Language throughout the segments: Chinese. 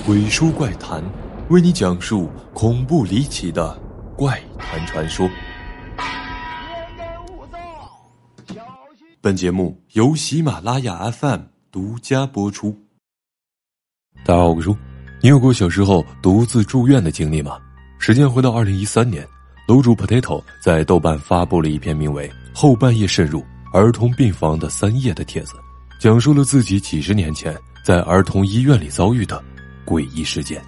鬼说怪谈，为你讲述恐怖离奇的怪谈传说。本节目由喜马拉雅 FM 独家播出。大家好，我是叔。你有过小时候独自住院的经历吗？时间回到2013年，楼主 Potato 在豆瓣发布了一篇名为《后半夜渗入儿童病房的3页》的帖子，讲述了自己几十年前在儿童医院里遭遇的诡异事件。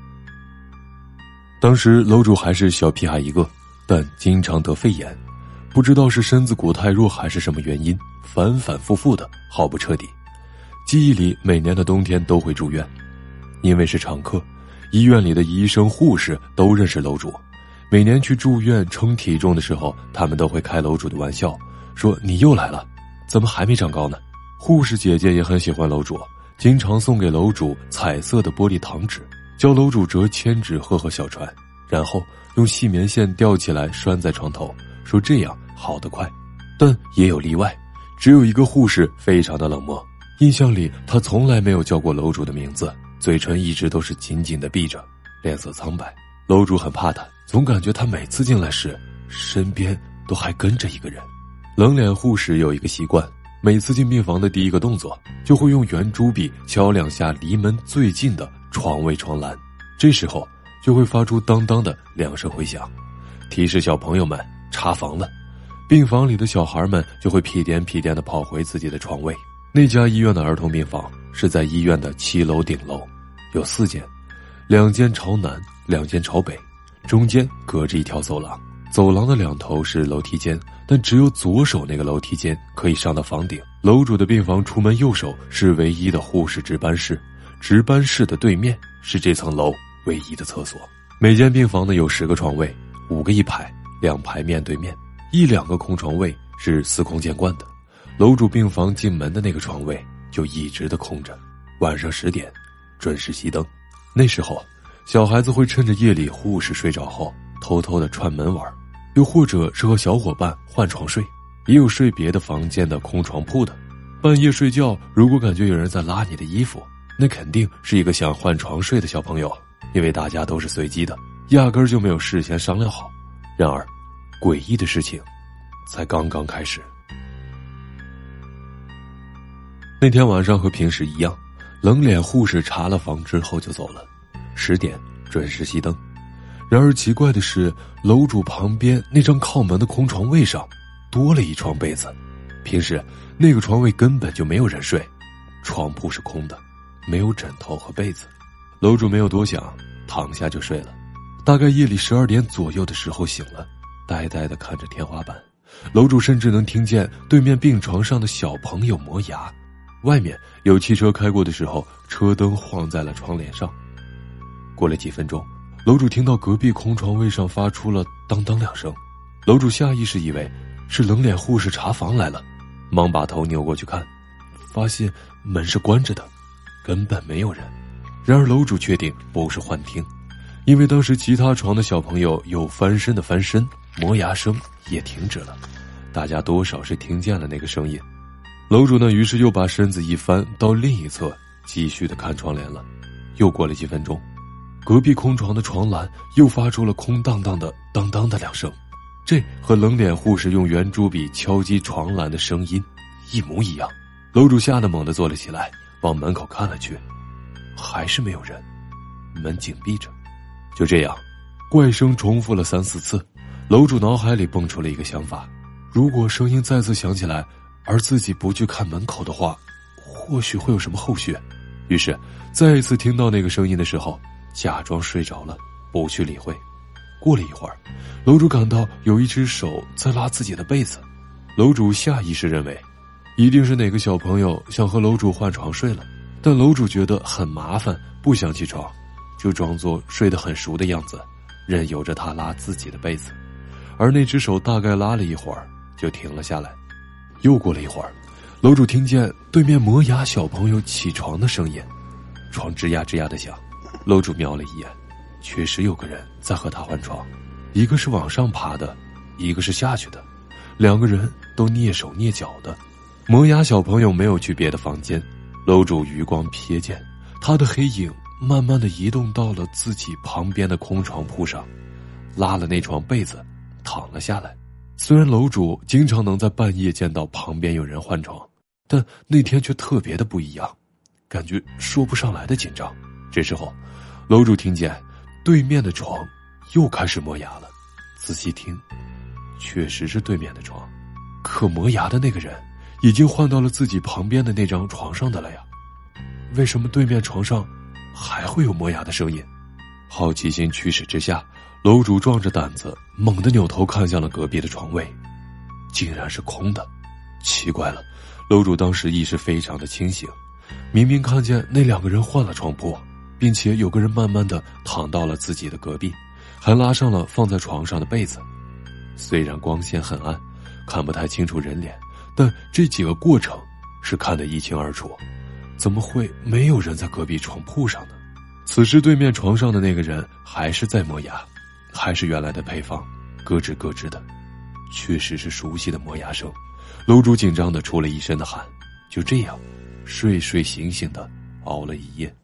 当时楼主还是小屁孩一个，但经常得肺炎，不知道是身子骨太弱还是什么原因，反反复复的好不彻底。记忆里每年的冬天都会住院，因为是常客，医院里的医生护士都认识楼主。每年去住院称体重的时候，他们都会开楼主的玩笑，说你又来了，怎么还没长高呢？护士姐姐也很喜欢楼主，经常送给楼主彩色的玻璃糖纸，教楼主折千纸鹤和小船，然后用细棉线吊起来拴在床头，说这样好得快。但也有例外，只有一个护士非常的冷漠，印象里她从来没有叫过楼主的名字，嘴唇一直都是紧紧的闭着，脸色苍白。楼主很怕她，总感觉她每次进来时身边都还跟着一个人。冷脸护士有一个习惯，每次进病房的第一个动作就会用圆珠笔敲2下离门最近的床位床栏，这时候就会发出当当的2声回响，提示小朋友们查房了。病房里的小孩们就会屁颠屁颠地跑回自己的床位。那家医院的儿童病房是在医院的7楼顶楼，有4间，2间朝南，2间朝北，中间隔着一条走廊，走廊的2头是楼梯间，但只有左手那个楼梯间可以上到房顶。楼主的病房出门右手是唯一的护士值班室，值班室的对面是这层楼唯一的厕所。每间病房呢有10个床位，5个一排，2排面对面，1-2个空床位是司空见惯的。楼主病房进门的那个床位就一直的空着，晚上10点准时熄灯。那时候小孩子会趁着夜里护士睡着后偷偷的串门玩，又或者是和小伙伴换床睡，也有睡别的房间的空床铺的。半夜睡觉，如果感觉有人在拉你的衣服，那肯定是一个想换床睡的小朋友，因为大家都是随机的，压根儿就没有事先商量好。然而诡异的事情才刚刚开始。那天晚上和平时一样，冷脸护士查了房之后就走了，10点准时熄灯。然而奇怪的是，楼主旁边那张靠门的空床位上多了一床被子，平时那个床位根本就没有人睡，床铺是空的，没有枕头和被子。楼主没有多想，躺下就睡了。大概夜里12点左右的时候醒了，呆呆地看着天花板。楼主甚至能听见对面病床上的小朋友磨牙，外面有汽车开过的时候，车灯晃在了窗帘上。过了几分钟，楼主听到隔壁空床位上发出了当当2声，楼主下意识以为是冷脸护士查房来了，忙把头扭过去看，发现门是关着的，根本没有人。然而楼主确定不是幻听，因为当时其他床的小朋友有翻身的翻身，磨牙声也停止了，大家多少是听见了那个声音。楼主呢，于是又把身子一翻到另一侧，继续的看窗帘了。又过了几分钟，隔壁空床的床栏又发出了空荡荡的当当的2声，这和冷脸护士用圆珠笔敲击床栏的声音一模一样。楼主吓得猛地坐了起来，往门口看了去，还是没有人，门紧闭着。就这样，怪声重复了3-4次，楼主脑海里蹦出了一个想法，如果声音再次响起来，而自己不去看门口的话，或许会有什么后续。于是再一次听到那个声音的时候，假装睡着了，不去理会。过了一会儿，楼主感到有一只手在拉自己的被子，楼主下意识认为一定是哪个小朋友想和楼主换床睡了，但楼主觉得很麻烦，不想起床，就装作睡得很熟的样子，任由着他拉自己的被子。而那只手大概拉了一会儿就停了下来。又过了一会儿，楼主听见对面磨牙小朋友起床的声音，床吱呀吱呀的响。楼主瞄了一眼，确实有个人在和他换床，一个是往上爬的，一个是下去的，2个人都蹑手蹑脚的。磨牙小朋友没有去别的房间，楼主余光瞥见他的黑影慢慢的移动到了自己旁边的空床铺上，拉了那床被子，躺了下来。虽然楼主经常能在半夜见到旁边有人换床，但那天却特别的不一样，感觉说不上来的紧张。这时候，楼主听见对面的床又开始磨牙了，仔细听，确实是对面的床，可磨牙的那个人已经换到了自己旁边的那张床上的了呀。为什么对面床上还会有磨牙的声音？好奇心驱使之下，楼主壮着胆子猛地扭头看向了隔壁的床位，竟然是空的。奇怪了，楼主当时意识非常的清醒，明明看见那两个人换了床铺，并且有个人慢慢的躺到了自己的隔壁，还拉上了放在床上的被子。虽然光线很暗，看不太清楚人脸，但这几个过程是看得一清二楚。怎么会没有人在隔壁床铺上呢？此时对面床上的那个人还是在磨牙，还是原来的配方，咯吱咯吱的，确实是熟悉的磨牙声。楼主紧张的出了一身的汗，就这样睡睡醒醒的熬了一夜。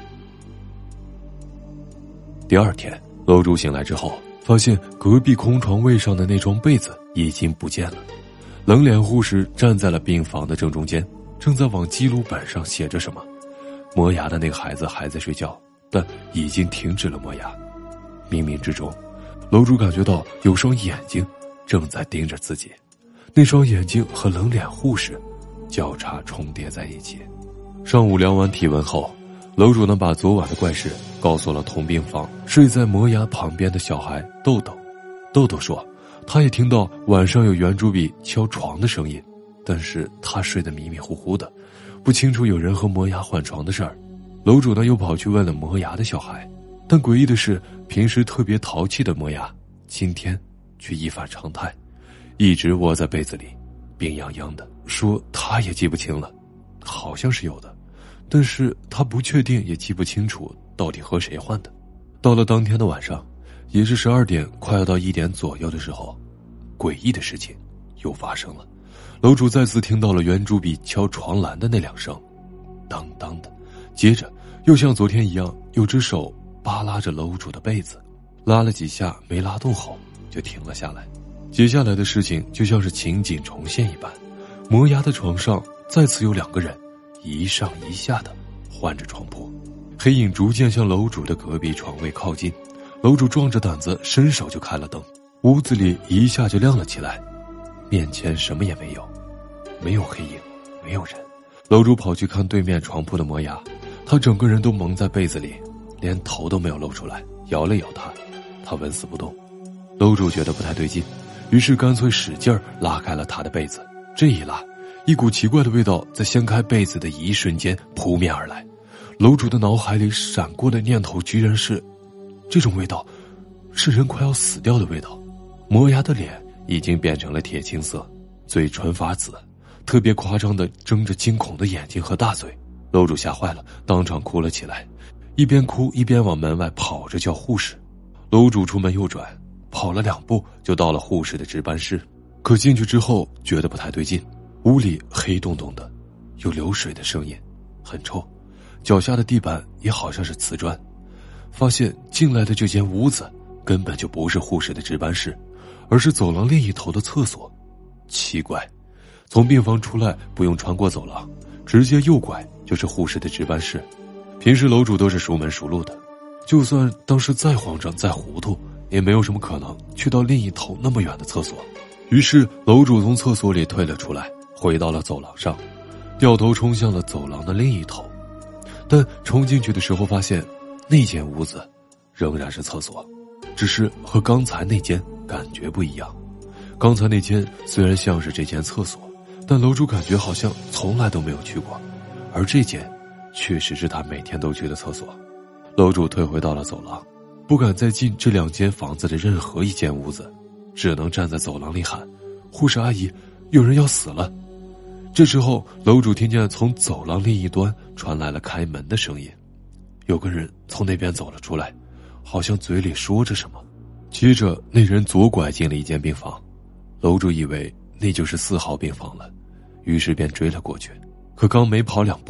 第二天，楼主醒来之后，发现隔壁空床位上的那床被子已经不见了。冷脸护士站在了病房的正中间，正在往记录本上写着什么。磨牙的那个孩子还在睡觉，但已经停止了磨牙。冥冥之中，楼主感觉到有双眼睛正在盯着自己，那双眼睛和冷脸护士交叉重叠在一起。上午量完体温后，楼主呢把昨晚的怪事告诉了同病房睡在磨牙旁边的小孩豆豆。豆豆说他也听到晚上有圆珠笔敲床的声音，但是他睡得迷迷糊糊的，不清楚有人和磨牙换床的事儿。楼主呢又跑去问了磨牙的小孩，但诡异的是，平时特别淘气的磨牙今天却一反常态，一直窝在被子里，病殃殃的，说他也记不清了，好像是有的，但是他不确定也记不清楚到底和谁换的。到了当天的晚上，也是12点快要到1点左右的时候，诡异的事情又发生了。楼主再次听到了圆珠笔敲床栏的那两声，当当的，接着又像昨天一样，有只手扒拉着楼主的被子，拉了几下没拉动后就停了下来。接下来的事情就像是情景重现一般，磨牙的床上再次有两个人一上一下的换着床铺，黑影逐渐向楼主的隔壁床位靠近。楼主壮着胆子伸手就开了灯，屋子里一下就亮了起来，面前什么也没有，没有黑影，没有人。楼主跑去看对面床铺的磨牙，他整个人都蒙在被子里，连头都没有露出来，摇了摇他纹丝不动。楼主觉得不太对劲，于是干脆使劲拉开了他的被子。这一拉，一股奇怪的味道在掀开被子的一瞬间扑面而来。楼主的脑海里闪过的念头居然是，这种味道是人快要死掉的味道。磨牙的脸已经变成了铁青色，嘴唇发紫，特别夸张的睁着惊恐的眼睛和大嘴。楼主吓坏了，当场哭了起来，一边哭一边往门外跑着叫护士。楼主出门右转，跑了2步就到了护士的值班室。可进去之后觉得不太对劲，屋里黑洞洞的，有流水的声音，很臭，脚下的地板也好像是瓷砖。发现进来的这间屋子根本就不是护士的值班室，而是走廊另一头的厕所。奇怪，从病房出来不用穿过走廊，直接右拐就是护士的值班室。平时楼主都是熟门熟路的，就算当时再慌张再糊涂，也没有什么可能去到另一头那么远的厕所。于是楼主从厕所里退了出来，回到了走廊上，掉头冲向了走廊的另一头。但冲进去的时候发现那间屋子仍然是厕所，只是和刚才那间感觉不一样。刚才那间虽然像是这间厕所，但楼主感觉好像从来都没有去过，而这间确实是他每天都去的厕所。楼主退回到了走廊，不敢再进这2间房子的任何一间屋子，只能站在走廊里喊，护士阿姨，有人要死了。这时候楼主听见从走廊另一端传来了开门的声音，有个人从那边走了出来，好像嘴里说着什么。接着那人左拐进了一间病房，楼主以为那就是4号病房了，于是便追了过去。可刚没跑2步，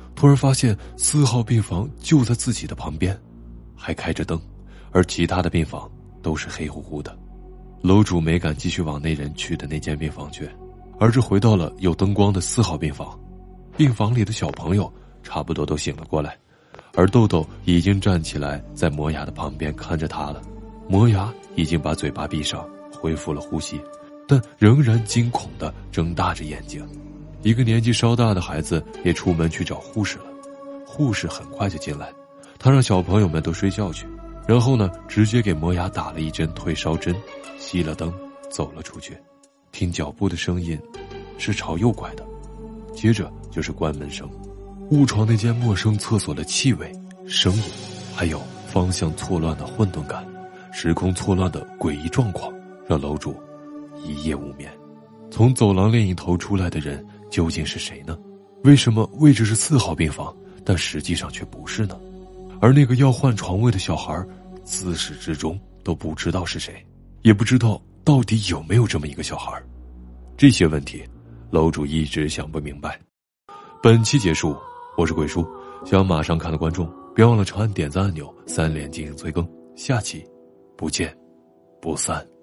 突然发现4号病房就在自己的旁边，还开着灯，而其他的病房都是黑乎乎的。楼主没敢继续往那人去的那间病房去，而是回到了有灯光的4号病房。病房里的小朋友差不多都醒了过来，而豆豆已经站起来在磨牙的旁边看着他了。磨牙已经把嘴巴闭上，恢复了呼吸，但仍然惊恐地睁大着眼睛。一个年纪稍大的孩子也出门去找护士了。护士很快就进来，他让小朋友们都睡觉去，然后呢，直接给磨牙打了一针退烧针，熄了灯，走了出去。听脚步的声音是朝右拐的，接着就是关门声。误闯那间陌生厕所的气味、声音，还有方向错乱的混沌感，时空错乱的诡异状况，让楼主一夜无眠。从走廊另一头出来的人究竟是谁呢？为什么位置是4号病房，但实际上却不是呢？而那个要换床位的小孩，自始至终都不知道是谁，也不知道到底有没有这么一个小孩。这些问题，楼主一直想不明白。本期结束，我是鬼叔，想马上看的观众，别忘了长按点赞按钮，3连进行催更，下期不见不散。